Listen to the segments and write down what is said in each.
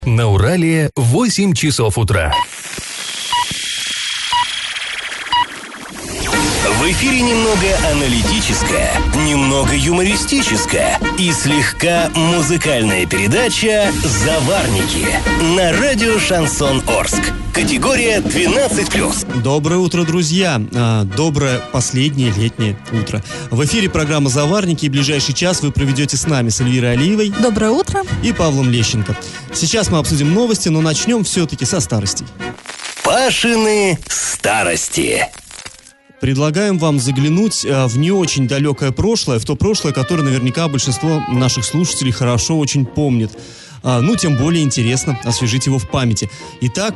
На Урале 8 часов утра. В эфире немного аналитическая, немного юмористическая и слегка музыкальная передача «Заварники» на радио «Шансон Орск». Категория 12+. Доброе утро, друзья. Доброе последнее летнее утро. В эфире программа «Заварники», и ближайший час вы проведете с нами, с Эльвирой Алиевой. Доброе утро. И Павлом Лещенко. Сейчас мы обсудим новости, но начнем все-таки со старостей. Пашины старости. Предлагаем вам заглянуть в не очень далекое прошлое, в то прошлое, которое наверняка большинство наших слушателей хорошо очень помнит. Тем более интересно освежить его в памяти. Итак,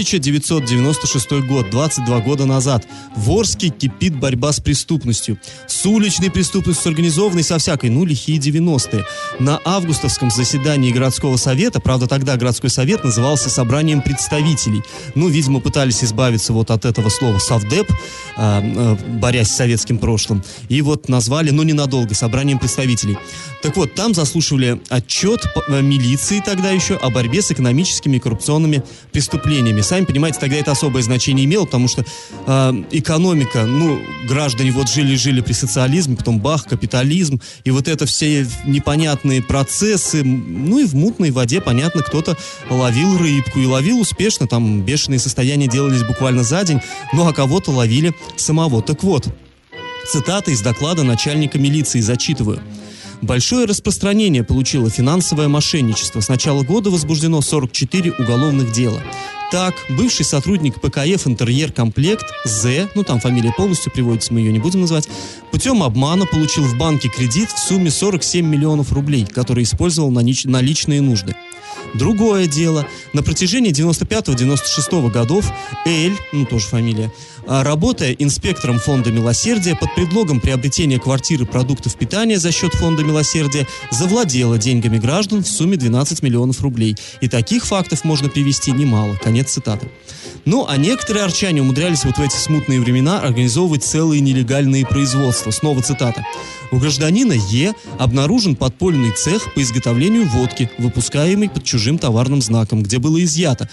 1996 год, 22 года назад. В Орске кипит борьба с преступностью. С уличной преступностью, с организованной, со всякой, лихие 90-е. На августовском заседании городского совета, правда, тогда городской совет назывался собранием представителей. Видимо, пытались избавиться от этого слова совдеп, борясь с советским прошлым. И назвали, ненадолго, собранием представителей. Так вот, там заслушивали отчет милиции тогда еще о борьбе с экономическими и коррупционными преступлениями. Сами понимаете, тогда это особое значение имело, потому что экономика, граждане жили при социализме, потом бах, капитализм, и это все непонятные процессы, и в мутной воде, понятно, кто-то ловил рыбку, и ловил успешно, там бешеные состояния делались буквально за день, а кого-то ловили самого. Так вот, цитата из доклада начальника милиции, зачитываю. Большое распространение получило финансовое мошенничество. С начала года возбуждено 44 уголовных дела. Так, бывший сотрудник ПКФ «Интерьер-комплект» З, там фамилия полностью приводится, мы ее не будем называть, путем обмана получил в банке кредит в сумме 47 миллионов рублей, который использовал на личные нужды. Другое дело. На протяжении 95-96 годов Эль, тоже фамилия, работая инспектором фонда «Милосердие», под предлогом приобретения квартиры продуктов питания за счет фонда «Милосердие» завладела деньгами граждан в сумме 12 миллионов рублей. И таких фактов можно привести немало. Конец цитаты. А некоторые арчане умудрялись в эти смутные времена организовывать целые нелегальные производства. Снова цитата. У гражданина Е обнаружен подпольный цех по изготовлению водки, выпускаемый под чужим товарным знаком, где было изъято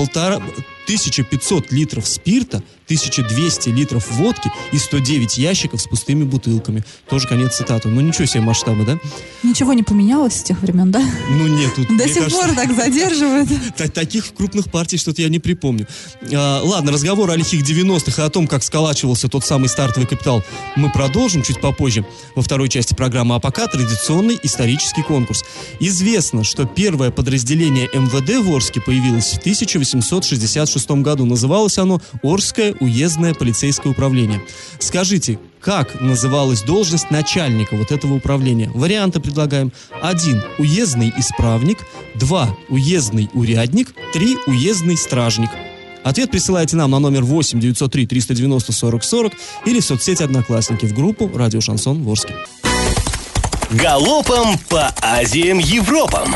1500 литров спирта, 1200 литров водки и 109 ящиков с пустыми бутылками. Тоже конец цитаты. Ничего себе масштабы, да? Ничего не поменялось с тех времен, да? Нет, тут... До сих пор так задерживают. Таких крупных партий что-то я не припомню. Ладно, разговор о лихих 90-х и о том, как сколачивался тот самый стартовый капитал, мы продолжим чуть попозже во второй части программы. А пока традиционный исторический конкурс. Известно, что первое подразделение МВД в Орске появилось в 1866 году. Называлось оно Орское уездное полицейское управление. Скажите, как называлась должность начальника этого управления? Варианты предлагаем. 1. Уездный исправник. 2. Уездный урядник. 3. Уездный стражник. Ответ присылайте нам на номер 8 903 390 40 40 или в соцсети «Одноклассники» в группу «Радио Шансон в Орске». Галопом по Азиям Европам.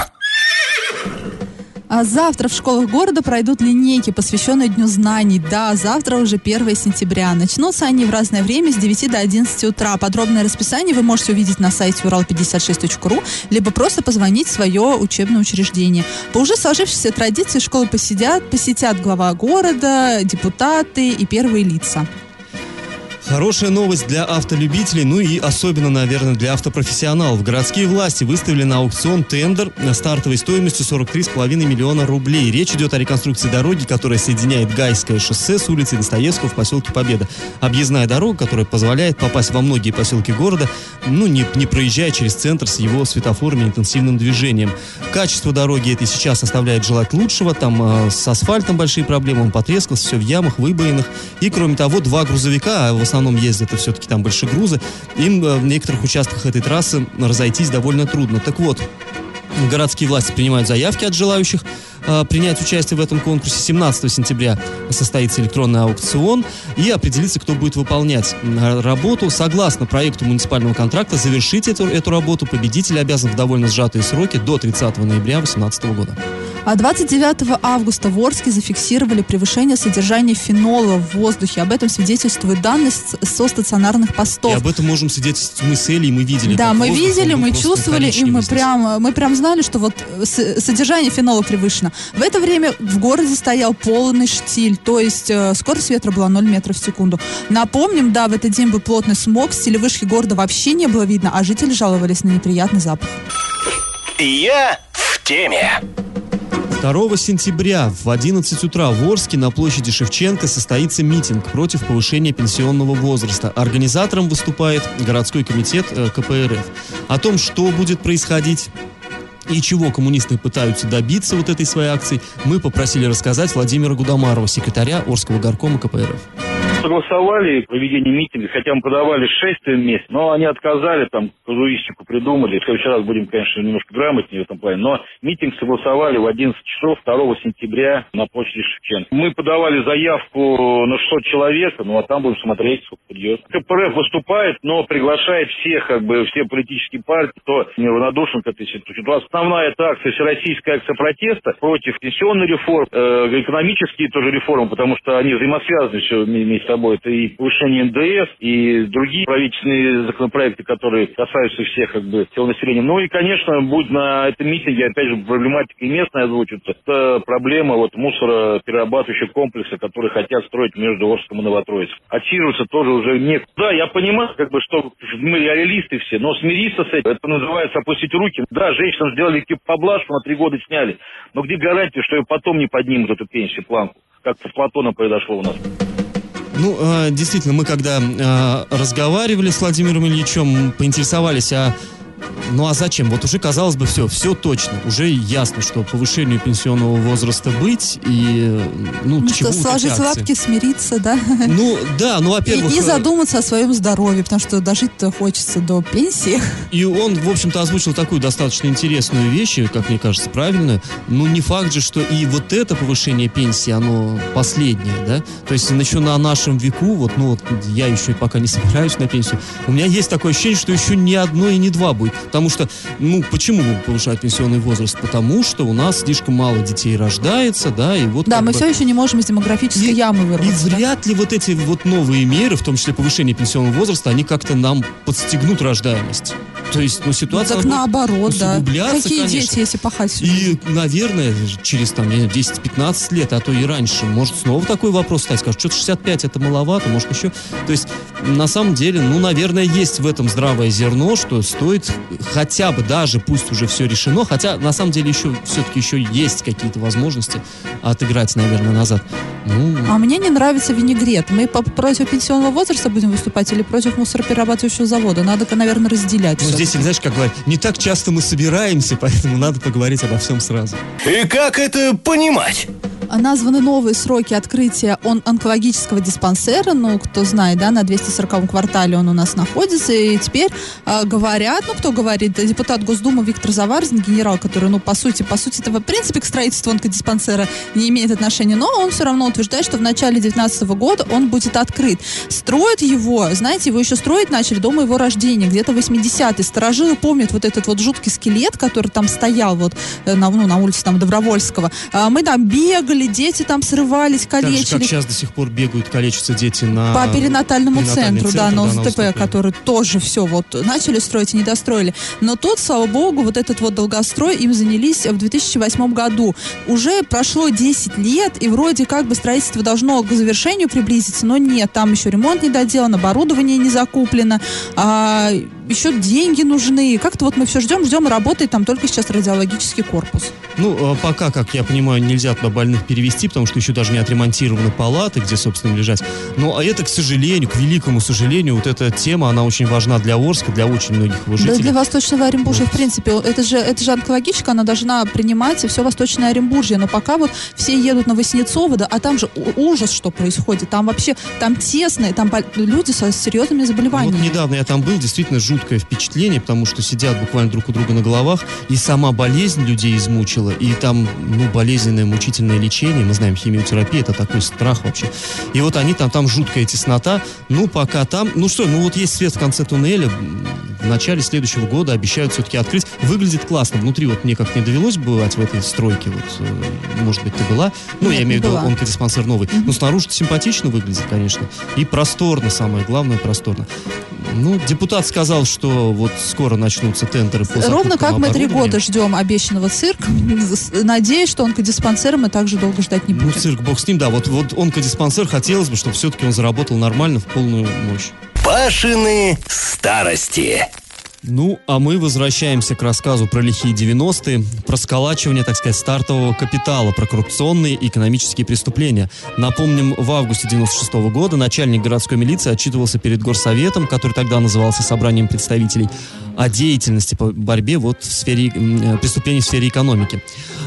А завтра в школах города пройдут линейки, посвященные Дню знаний. Да, завтра уже 1 сентября. Начнутся они в разное время с 9 до 11 утра. Подробное расписание вы можете увидеть на сайте ural56.ru, либо просто позвонить в свое учебное учреждение. По уже сложившейся традиции школы посетят глава города, депутаты и первые лица. Хорошая новость для автолюбителей, и особенно, наверное, для автопрофессионалов. Городские власти выставили на аукцион тендер стартовой стоимостью 43,5 миллиона рублей. Речь идет о реконструкции дороги, которая соединяет Гайское шоссе с улицей Достоевского в поселке Победа. Объездная дорога, которая позволяет попасть во многие поселки города, не проезжая через центр с его светофорами и интенсивным движением. Качество дороги этой сейчас оставляет желать лучшего. Там с асфальтом большие проблемы, он потрескался, все в ямах, выбоинах. И, кроме того, 2 грузовика, в основном ездят все-таки там большегрузы, им в некоторых участках этой трассы разойтись довольно трудно. Так вот, городские власти принимают заявки от желающих принять участие в этом конкурсе. 17 сентября состоится электронный аукцион и определится, кто будет выполнять работу. Согласно проекту муниципального контракта, завершить эту работу победитель обязан в довольно сжатые сроки до 30 ноября 2018 года. А 29 августа в Орске зафиксировали превышение содержания фенола в воздухе. Об этом свидетельствуют данные со стационарных постов. И об этом можем свидетельствовать мы с Элей, мы видели. Да, мы воздух, видели, мы чувствовали, и мы прям знали, что вот содержание фенола превышено. В это время в городе стоял полный штиль, то есть скорость ветра была 0 метров в секунду. Напомним, да, в этот день был плотный смог, с телевышки города вообще не было видно, а жители жаловались на неприятный запах. Я в теме. 2 сентября в 11 утра в Орске на площади Шевченко состоится митинг против повышения пенсионного возраста. Организатором выступает городской комитет КПРФ. О том, что будет происходить и чего коммунисты пытаются добиться вот этой своей акции, мы попросили рассказать Владимира Гудамарова, секретаря Орского горкома КПРФ. Согласовали проведение митинга, хотя мы подавали 6 мест, но они отказали, там, казуистику придумали. В следующий раз будем, конечно, немножко грамотнее в этом плане, но митинг согласовали в 11 часов 2 сентября на площади Шевченко. Мы подавали заявку на 600 человек, ну а там будем смотреть, сколько придет. КПРФ выступает, но приглашает всех, все политические партии, кто неравнодушен к этой ситуации. Основная эта акция, всероссийская акция протеста против пенсионной реформы, экономические тоже реформы, потому что они взаимосвязаны все вместе с собой. Это и повышение НДС, и другие правительственные законопроекты, которые касаются всех, всего населения. Ну и, конечно, будет на этом митинге, опять же, проблематика и местная озвучится. Это проблема мусороперерабатывающего комплекса, который хотят строить между Орском и Новотроицком. Отсиживаться тоже уже некуда. Да, я понимаю, что мы реалисты все, но смириться с этим, это называется опустить руки. Да, женщинам сделали поблажку, на 3 года сняли, но где гарантия, что ее потом не поднимут эту пенсию, планку, как с Платоном произошло у нас? Ну, действительно, мы когда разговаривали с Владимиром Ильичем, поинтересовались, ну а зачем? Вот уже, казалось бы, все точно. Уже ясно, что повышению пенсионного возраста быть и, к чему сложить лапки, смириться, да? Ну, да, во-первых... И задуматься о своем здоровье, потому что дожить-то хочется до пенсии. И он, в общем-то, озвучил такую достаточно интересную вещь, как мне кажется, правильную. Ну, не факт же, что и вот это повышение пенсии, оно последнее, да? То есть, еще на нашем веку, я еще пока не собираюсь на пенсию, у меня есть такое ощущение, что еще ни одно и ни два будет. Потому что, почему повышать пенсионный возраст? Потому что у нас слишком мало детей рождается, да, и вот... Да, мы все еще не можем из демографической ямы вырваться. И вряд ли вот эти новые меры, в том числе повышение пенсионного возраста, они как-то нам подстегнут рождаемость. То есть, ситуация... Так наоборот, да. Какие конечно. Дети, если пахать? И, наверное, через 10-15 лет, а то и раньше, может снова такой вопрос стать. Скажут, что-то 65 это маловато, может еще... То есть, на самом деле, наверное, есть в этом здравое зерно, что стоит хотя бы даже, пусть уже все решено, хотя, на самом деле, все-таки еще есть какие-то возможности отыграть, наверное, назад. А мне не нравится винегрет. Мы против пенсионного возраста будем выступать или против мусороперерабатывающего завода? Надо, наверное, разделять. Здесь, знаешь, как говорят, не так часто мы собираемся, поэтому надо поговорить обо всем сразу. И как это понимать? Названы новые сроки открытия онкологического диспансера. кто знает, да, на 240-м квартале он у нас находится. И теперь говорят, кто говорит, депутат Госдумы Виктор Заварзин, генерал, который, по сути, это, в принципе, к строительству онкодиспансера не имеет отношения, но он все равно утверждает, что в начале 2019 года он будет открыт. Строят его, знаете, его еще строить начали до моего рождения, где-то 80-е. Старожилы помнят вот этот жуткий скелет, который там стоял на улице Добровольского. Мы там бегали, дети там срывались, калечили. Так же, как сейчас до сих пор бегают, калечатся дети по перинатальному центру, на УЗТП, который тоже все начали строить и не достроили. Но тут, слава богу, этот долгострой им занялись в 2008 году. Уже прошло 10 лет, и вроде как бы строительство должно к завершению приблизиться, но нет, там еще ремонт не доделан, оборудование не закуплено, еще деньги нужны. Как-то мы все ждем, работает там только сейчас радиологический корпус. Пока, как я понимаю, нельзя туда больных перевести, потому что еще даже не отремонтированы палаты, где, собственно, лежать. А это, к сожалению, к великому сожалению, эта тема, она очень важна для Орска, для очень многих его жителей. Да, для Восточного Оренбуржья, в принципе. Это же онкологичка, она должна принимать все Восточное Оренбуржье. Но пока все едут на Васнецово, а там же ужас, что происходит. Там вообще, там тесно, и там люди со серьезными заболеваниями. Недавно я там был, действительно жутко. жуткое впечатление, потому что сидят буквально друг у друга на головах, и сама болезнь людей измучила, и там, болезненное, мучительное лечение, мы знаем, химиотерапия, это такой страх вообще. И вот они там жуткая теснота, пока там, есть свет в конце туннеля, в начале следующего года обещают все-таки открыть. Выглядит классно, внутри мне как-то не довелось бывать в этой стройке, может быть, ты была, Нет, я имею в виду была. онкодиспансер новый, снаружи симпатично выглядит, конечно, и просторно, самое главное, просторно. Депутат сказал, что скоро начнутся тендеры по закупкам Ровно как мы 3 оборудования. года ждем обещанного цирка. Надеюсь, что онкодиспансера мы также долго ждать не будем. Цирк, бог с ним, да. Вот онкодиспансер, хотелось бы, чтобы все-таки он заработал нормально, в полную мощь. Пашины старости. А мы возвращаемся к рассказу про лихие 90-е, про сколачивание, так сказать, стартового капитала, про коррупционные и экономические преступления. Напомним, в августе 96-го года начальник городской милиции отчитывался перед горсоветом, который тогда назывался собранием представителей, о деятельности по борьбе в сфере преступлений в сфере экономики.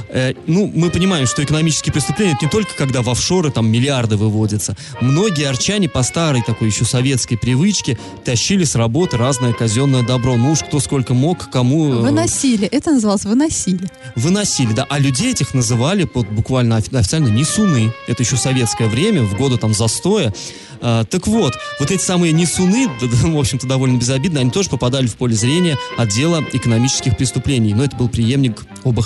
Мы понимаем, что экономические преступления — это не только когда в офшоры там миллиарды выводятся. Многие арчане по старой такой еще советской привычке тащили с работы разное казенное добро. Уж кто сколько мог, кому... Выносили. Это называлось выносили. Выносили, да. А людей этих называли буквально официально несуны. Это еще советское время, в годы застоя. Так вот эти самые несуны, в общем-то, довольно безобидно, они тоже попадали в поле зрения отдела экономических преступлений. Но это был преемник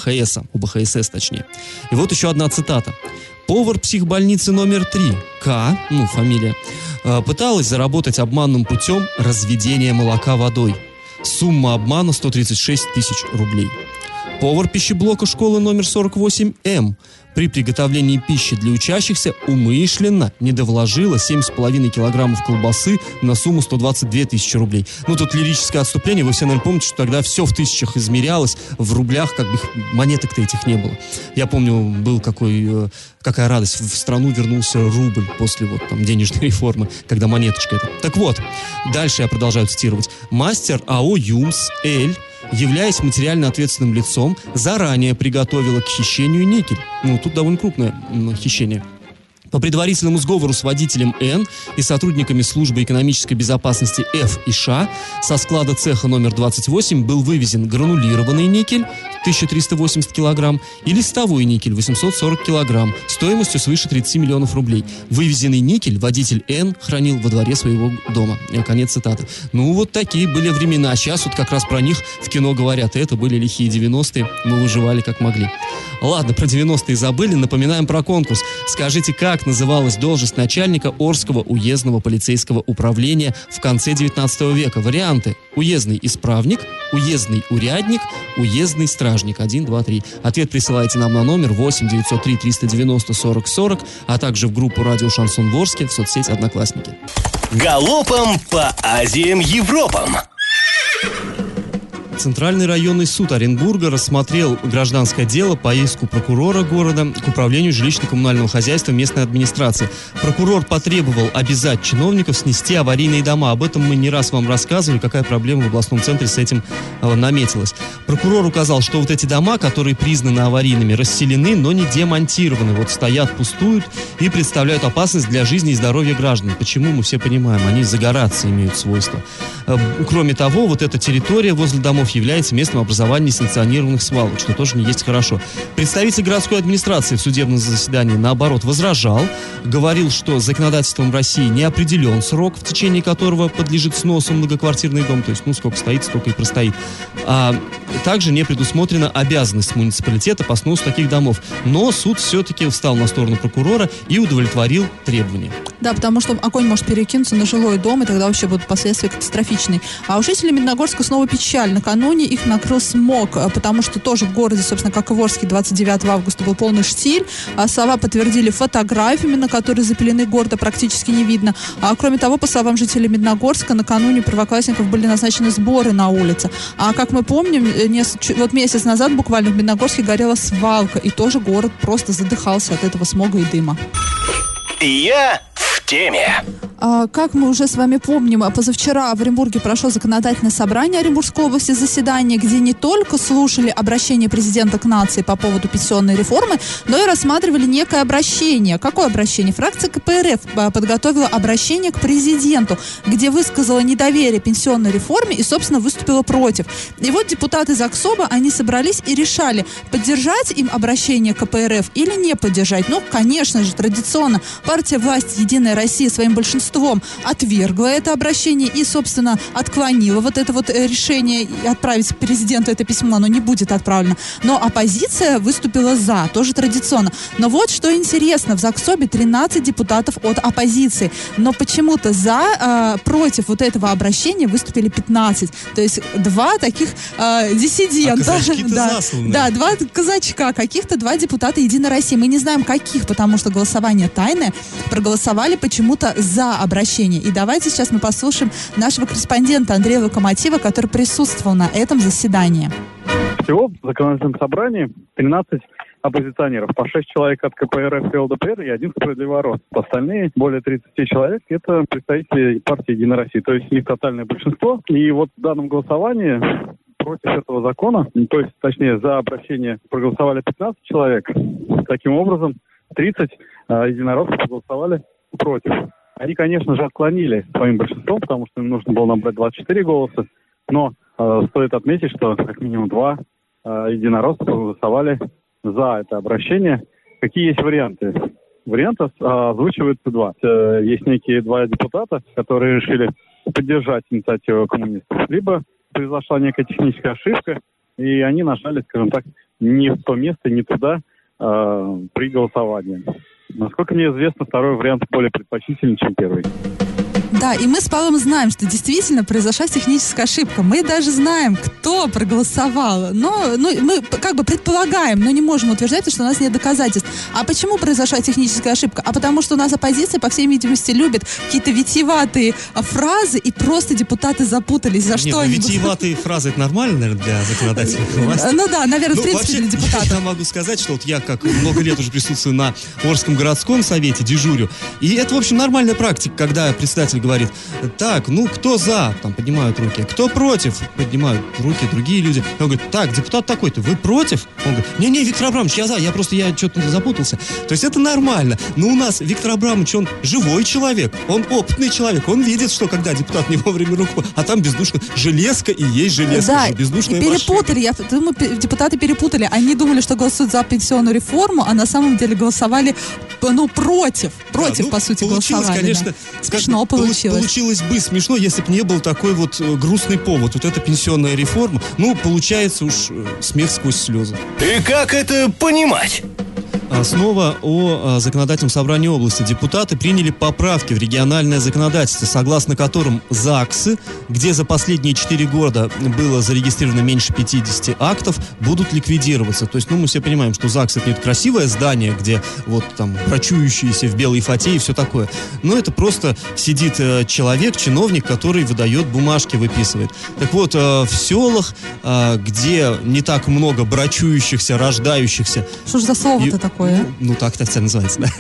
ОБХС точнее. И вот еще одна цитата. Повар психбольницы номер 3, К, фамилия, пыталась заработать обманным путем разведение молока водой. Сумма обмана 136 тысяч рублей. Повар пищеблока школы номер 48, М, при приготовлении пищи для учащихся умышленно недовложила 7,5 килограммов колбасы на сумму 122 тысячи рублей. Тут лирическое отступление, вы все, наверное, помните, что тогда все в тысячах измерялось, в рублях монеток-то этих не было. Я помню, был какая радость, в страну вернулся рубль после денежной реформы, когда монеточка эта. Так вот, дальше я продолжаю цитировать. Мастер АО «ЮМС» Эль, являясь материально ответственным лицом, заранее приготовила к хищению никель. Тут довольно крупное хищение. По предварительному сговору с водителем Н и сотрудниками службы экономической безопасности Ф и Ш со склада цеха номер 28 был вывезен гранулированный никель 1380 килограмм и листовой никель 840 килограмм стоимостью свыше 30 миллионов рублей. Вывезенный никель водитель Н хранил во дворе своего дома. Конец цитаты. Такие были времена. Сейчас как раз про них в кино говорят. Это были лихие 90-е. Мы выживали как могли. Ладно, про 90-е забыли. Напоминаем про конкурс. Скажите, как называлась должность начальника Орского уездного полицейского управления в конце 19 века? Варианты: уездный исправник, уездный урядник, уездный стражник. 1, 2, 3. Ответ присылайте нам на номер 8 903 390 40 40, а также в группу «Радио Шансон Ворске» в соцсети «Одноклассники». Галопом по Азиям Европам. Центральный районный суд Оренбурга рассмотрел гражданское дело по иску прокурора города к управлению жилищно-коммунального хозяйства местной администрации. Прокурор потребовал обязать чиновников снести аварийные дома. Об этом мы не раз вам рассказывали, какая проблема в областном центре с этим наметилась. Прокурор указал, что эти дома, которые признаны аварийными, расселены, но не демонтированы. Стоят, пустуют и представляют опасность для жизни и здоровья граждан. Почему, мы все понимаем, они загораться имеют свойство. Кроме того, эта территория возле домов является местом образования несанкционированных свалок, что тоже не есть хорошо. Представитель городской администрации в судебном заседании, наоборот, возражал, говорил, что законодательством России не определен срок, в течение которого подлежит сносу многоквартирный дом, то есть, сколько стоит, столько и простоит. А также не предусмотрена обязанность муниципалитета по сносу таких домов. Но суд все-таки встал на сторону прокурора и удовлетворил требования. Да, потому что огонь может перекинуться на жилой дом, и тогда вообще будут последствия катастрофичные. А у жителей Медногорска снова печаль. Накануне их накрыл смог, потому что тоже в городе, собственно, как и в Орске, 29 августа был полный штиль. Сова подтвердили фотографиями, на которые запелены города практически не видно. А кроме того, по словам жителей Медногорска, накануне первоклассников были назначены сборы на улице. А как мы помним, месяц назад буквально в Медногорске горела свалка, и тоже город просто задыхался от этого смога и дыма. Я в теме. Как мы уже с вами помним, позавчера в Оренбурге прошло законодательное собрание Оренбургской области, заседание, где не только слушали обращение президента к нации по поводу пенсионной реформы, но и рассматривали некое обращение. Какое обращение? Фракция КПРФ подготовила обращение к президенту, где высказала недоверие пенсионной реформе и, собственно, выступила против. И вот депутаты Заксоба, они собрались и решали, поддержать им обращение КПРФ или не поддержать. Ну, конечно же, традиционно партия власти «Единая Россия» своим большинством отвергла это обращение и, собственно, отклонила вот это вот решение отправить президенту это письмо, оно не будет отправлено. Но оппозиция выступила за, тоже традиционно. Но вот что интересно, в Заксобе 13 депутатов от оппозиции, но почему-то против вот этого обращения выступили 15. То есть два таких диссидента. Да, два казачка, каких-то два депутата «Единой России». Мы не знаем, каких, потому что голосование тайное. Проголосовали почему-то за обращение. И давайте сейчас мы послушаем нашего корреспондента Андрея Локомотива, который присутствовал на этом заседании. Всего в законодательном собрании 13 оппозиционеров, по 6 человек от КПРФ и ЛДПР и 1 «Справедливый рост». Остальные, более 30 человек, это представители партии «Единой России», то есть их тотальное большинство. И вот в данном голосовании против этого закона, то есть, точнее, за обращение проголосовали 15 человек. Таким образом, 30 единороссов проголосовали против. Они, конечно же, отклонили своим большинством, потому что им нужно было набрать 24 голоса. Но стоит отметить, что как минимум 2 единоросса проголосовали за это обращение. Какие есть варианты? Вариантов озвучивается 2. Есть некие 2 депутата, которые решили поддержать инициативу коммунистов. Либо произошла некая техническая ошибка, и они нажали, скажем так, не в то место, не туда при голосовании. Насколько мне известно, второй вариант более предпочтительный, чем первый. Да, и мы с Павлом знаем, что действительно произошла техническая ошибка. Мы даже знаем, кто проголосовал. Но мы как бы предполагаем, но не можем утверждать, что у нас нет доказательств. А почему произошла техническая ошибка? А потому что у нас оппозиция, по всей видимости, любит какие-то витиеватые фразы, и просто депутаты запутались. За что они... витиеватые фразы — это нормально, наверное, для законодательной власти? Ну да, наверное, в принципе, для депутатов. Я могу сказать, что вот я, как много лет уже присутствую на Орском городском совете, дежурю, и это, в общем, нормальная практика, когда председатель говорит: так, ну, кто за? Там поднимают руки. Кто против? Поднимают руки другие люди. Он говорит: так, депутат такой-то, вы против? Он говорит: не, Виктор Абрамович, я за, я что-то запутался. То есть это нормально. Но у нас Виктор Абрамович, он живой человек, он опытный человек, он видит, что когда депутат не вовремя руку, а там бездушно железка и есть железка. Да, бездушная и перепутали. Я думаю, депутаты перепутали. Они думали, что голосуют за пенсионную реформу, а на самом деле голосовали, против. Против, по сути, голосовали. Конечно, да. Смешно получилось. Получилось бы смешно, если бы не был такой вот грустный повод. Вот эта пенсионная реформа, получается уж смех сквозь слезы. И как это понимать? Снова о законодательном собрании области. Депутаты приняли поправки в региональное законодательство, согласно которым ЗАГСы, где за последние 4 года было зарегистрировано меньше 50 актов, будут ликвидироваться. То есть, мы все понимаем, что ЗАГС — это не красивое здание, где вот там врачующиеся в белой фате и все такое. Но это просто сидит человек, чиновник, который выдает бумажки, выписывает. Так вот, в селах, где не так много брачующихся, рождающихся... Что же за слово-то такое? Так это называется, да.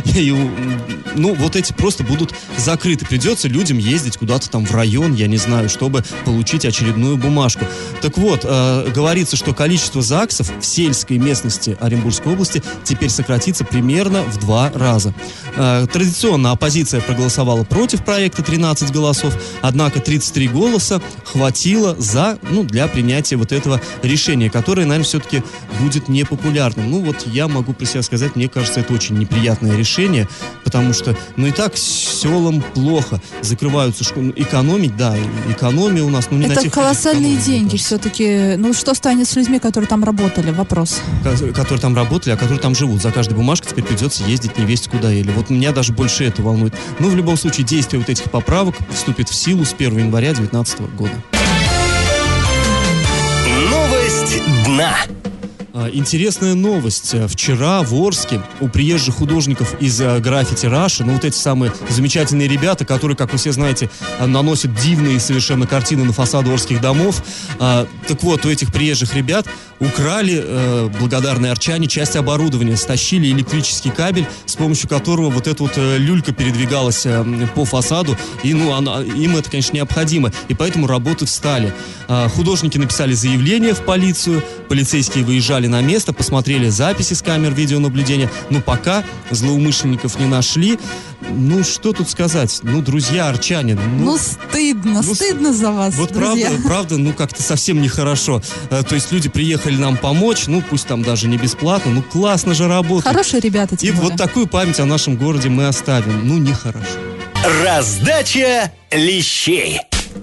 Вот эти просто будут закрыты. Придется людям ездить куда-то там в район, я не знаю, чтобы получить очередную бумажку. Так вот, говорится, что количество ЗАГСов в сельской местности Оренбургской области теперь сократится примерно в 2 раза. Традиционно оппозиция проголосовала против проекта 13 голосов, однако 33 голоса хватило для принятия вот этого решения, которое, наверное, все-таки будет непопулярным. Я могу про себя сказать, мне кажется, это очень неприятное решение, потому что, и так селам плохо, закрываются школы, экономить, да, экономия у нас, не на тех... Это колоссальные деньги все-таки, что станет с людьми, которые там работали, вопрос. Которые там работали, а которые там живут, за каждой бумажкой теперь придется ездить невесть куда, или вот меня даже больше это волнует. В любом случае, действие вот этих поправок вступит в силу с 1 января 2019 года. Новость дна. Интересная новость. Вчера в Орске у приезжих художников из Graffiti Russia, ну вот эти самые замечательные ребята, которые, как вы все знаете, наносят дивные совершенно картины на фасады орских домов. Так вот, у этих приезжих ребят украли благодарные арчане часть оборудования, стащили электрический кабель, с помощью которого вот эта вот люлька передвигалась по фасаду, и им это, конечно, необходимо, и поэтому работы встали. Художники написали заявление в полицию, полицейские выезжали на место, посмотрели записи с камер видеонаблюдения, но пока злоумышленников не нашли. Ну, что тут сказать? Ну, друзья арчане... стыдно за вас, вот друзья. правда, как-то совсем нехорошо. То есть люди приехали нам помочь, пусть там даже не бесплатно, классно же работают. Хорошие ребята, тем более. Вот такую память о нашем городе мы оставим. Нехорошо. Раздача лещей.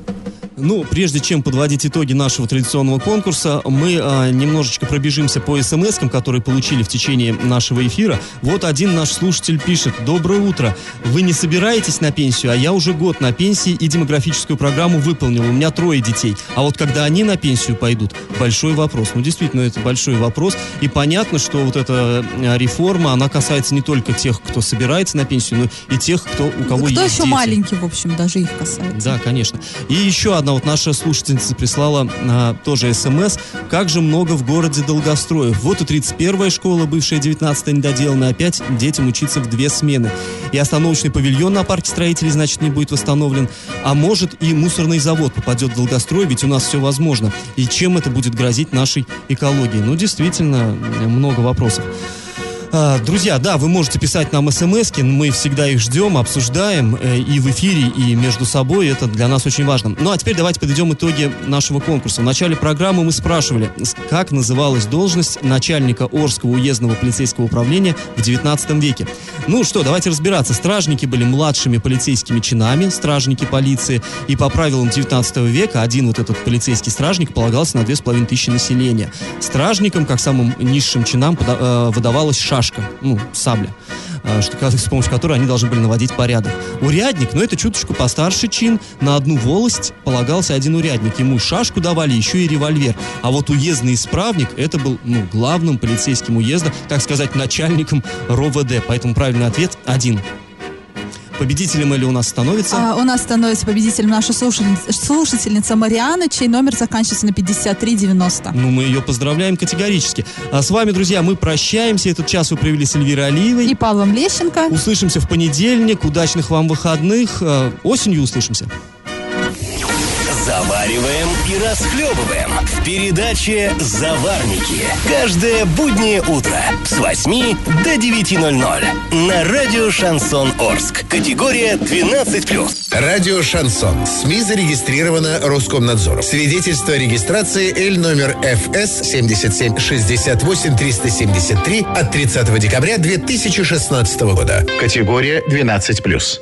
Прежде чем подводить итоги нашего традиционного конкурса, мы немножечко пробежимся по смс-кам, которые получили в течение нашего эфира. Вот один наш слушатель пишет: «Доброе утро. Вы не собираетесь на пенсию, а я уже год на пенсии и демографическую программу выполнил. У меня 3 детей. А вот когда они на пенсию пойдут, большой вопрос». Действительно, это большой вопрос. И понятно, что вот эта реформа, она касается не только тех, кто собирается на пенсию, но и тех, у кого есть дети. Кто еще маленький, в общем, даже их касается. Да, конечно. И еще одна наша слушательница прислала тоже СМС. Как же много в городе долгостроев. Вот и 31-я школа, бывшая 19-я недоделанная, опять детям учиться в 2 смены. И остановочный павильон на парке строителей, значит, не будет восстановлен. А может, и мусорный завод попадет в долгострой, ведь у нас все возможно. И чем это будет грозить нашей экологии? Действительно, много вопросов. Друзья, да, вы можете писать нам смски, мы всегда их ждем, обсуждаем и в эфире, и между собой, это для нас очень важно. А теперь давайте подведем итоги нашего конкурса. В начале программы мы спрашивали, как называлась должность начальника Орского уездного полицейского управления в 19 веке. Давайте разбираться. Стражники были младшими полицейскими чинами, стражники полиции, и по правилам 19 века один вот этот полицейский стражник полагался на 2500 населения. Стражникам, как самым низшим чинам, выдавалась шашка, сабля, с помощью которой они должны были наводить порядок. Урядник, это чуточку постарше чин, на одну волость полагался один урядник. Ему шашку давали, еще и револьвер. А вот уездный исправник, это был, главным полицейским уезда, так сказать, начальником РОВД. Поэтому правильный ответ 1. Победителем или у нас становится? У нас становится победителем наша слушательница Мариана, чей номер заканчивается на 5390. Мы ее поздравляем категорически. А с вами, друзья, мы прощаемся. Этот час вы провели с Эльвирой Алиевой и Павлом Лещенко. Услышимся в понедельник. Удачных вам выходных. Осенью услышимся. Завариваем и расхлебываем в передаче «Заварники». Каждое буднее утро с 8 до 9:00 на радио «Шансон Орск». Категория 12+. Радио «Шансон». СМИ зарегистрировано Роскомнадзором. Свидетельство о регистрации Л номер ФС 77 68 373 от 30 декабря 2016 года. Категория 12+.